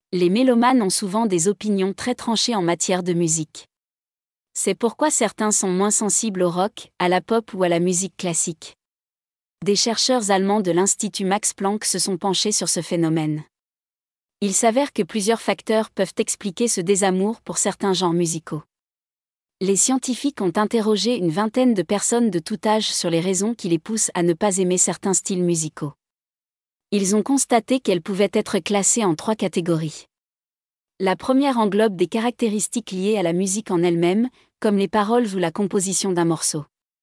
Les mélomanes ont souvent des opinions très tranchées en matière de musique. C'est pourquoi certains sont moins sensibles au rock, à la pop ou à la musique classique. Des chercheurs allemands de l'Institut Max Planck se sont penchés sur ce phénomène. Il s'avère que plusieurs facteurs peuvent expliquer ce désamour pour certains genres musicaux. Les scientifiques ont interrogé une vingtaine de personnes de tout âge sur les raisons qui les poussent à ne pas aimer certains styles musicaux. Ils ont constaté qu'elles pouvaient être classées en 3 catégories. La première englobe des caractéristiques liées à la musique en elle-même, comme les paroles ou la composition d'un morceau.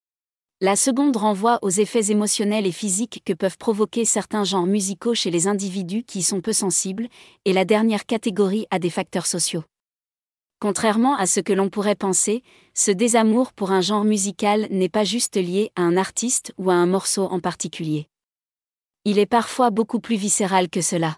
La seconde renvoie aux effets émotionnels et physiques que peuvent provoquer certains genres musicaux chez les individus qui y sont peu sensibles, et la dernière catégorie a des facteurs sociaux. Contrairement à ce que l'on pourrait penser, ce désamour pour un genre musical n'est pas juste lié à un artiste ou à un morceau en particulier. Il est parfois beaucoup plus viscéral que cela.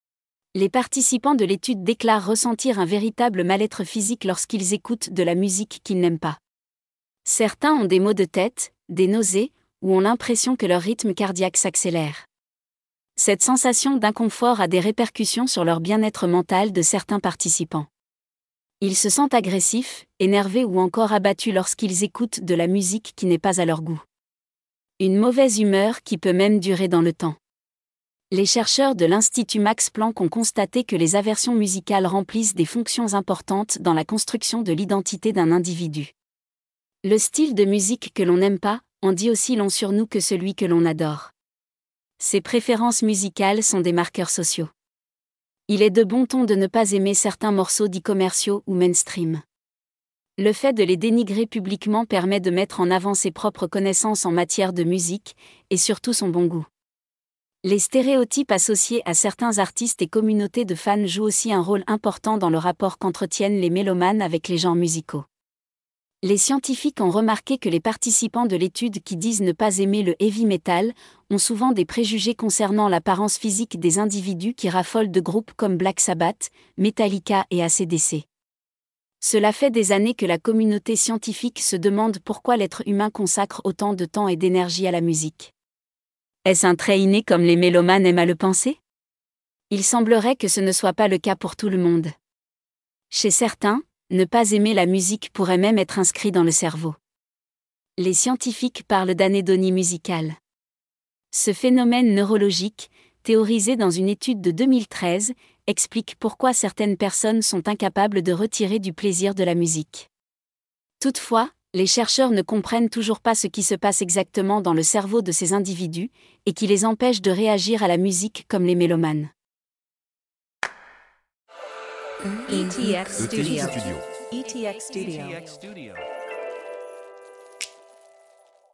Les participants de l'étude déclarent ressentir un véritable mal-être physique lorsqu'ils écoutent de la musique qu'ils n'aiment pas. Certains ont des maux de tête, des nausées, ou ont l'impression que leur rythme cardiaque s'accélère. Cette sensation d'inconfort a des répercussions sur leur bien-être mental de certains participants. Ils se sentent agressifs, énervés ou encore abattus lorsqu'ils écoutent de la musique qui n'est pas à leur goût. Une mauvaise humeur qui peut même durer dans le temps. Les chercheurs de l'Institut Max Planck ont constaté que les aversions musicales remplissent des fonctions importantes dans la construction de l'identité d'un individu. Le style de musique que l'on n'aime pas en dit aussi long sur nous que celui que l'on adore. Ces préférences musicales sont des marqueurs sociaux. Il est de bon ton de ne pas aimer certains morceaux dits commerciaux ou mainstream. Le fait de les dénigrer publiquement permet de mettre en avant ses propres connaissances en matière de musique, et surtout son bon goût. Les stéréotypes associés à certains artistes et communautés de fans jouent aussi un rôle important dans le rapport qu'entretiennent les mélomanes avec les genres musicaux. Les scientifiques ont remarqué que les participants de l'étude qui disent ne pas aimer le heavy metal ont souvent des préjugés concernant l'apparence physique des individus qui raffolent de groupes comme Black Sabbath, Metallica et AC/DC. Cela fait des années que la communauté scientifique se demande pourquoi l'être humain consacre autant de temps et d'énergie à la musique. Est-ce un trait inné comme les mélomanes aiment à le penser ? Il semblerait que ce ne soit pas le cas pour tout le monde. Chez certains, ne pas aimer la musique pourrait même être inscrit dans le cerveau. Les scientifiques parlent d'anédonie musicale. Ce phénomène neurologique, théorisé dans une étude de 2013, explique pourquoi certaines personnes sont incapables de retirer du plaisir de la musique. Toutefois, les chercheurs ne comprennent toujours pas ce qui se passe exactement dans le cerveau de ces individus, et qui les empêche de réagir à la musique comme les mélomanes. ETX Studio. ETX Studio.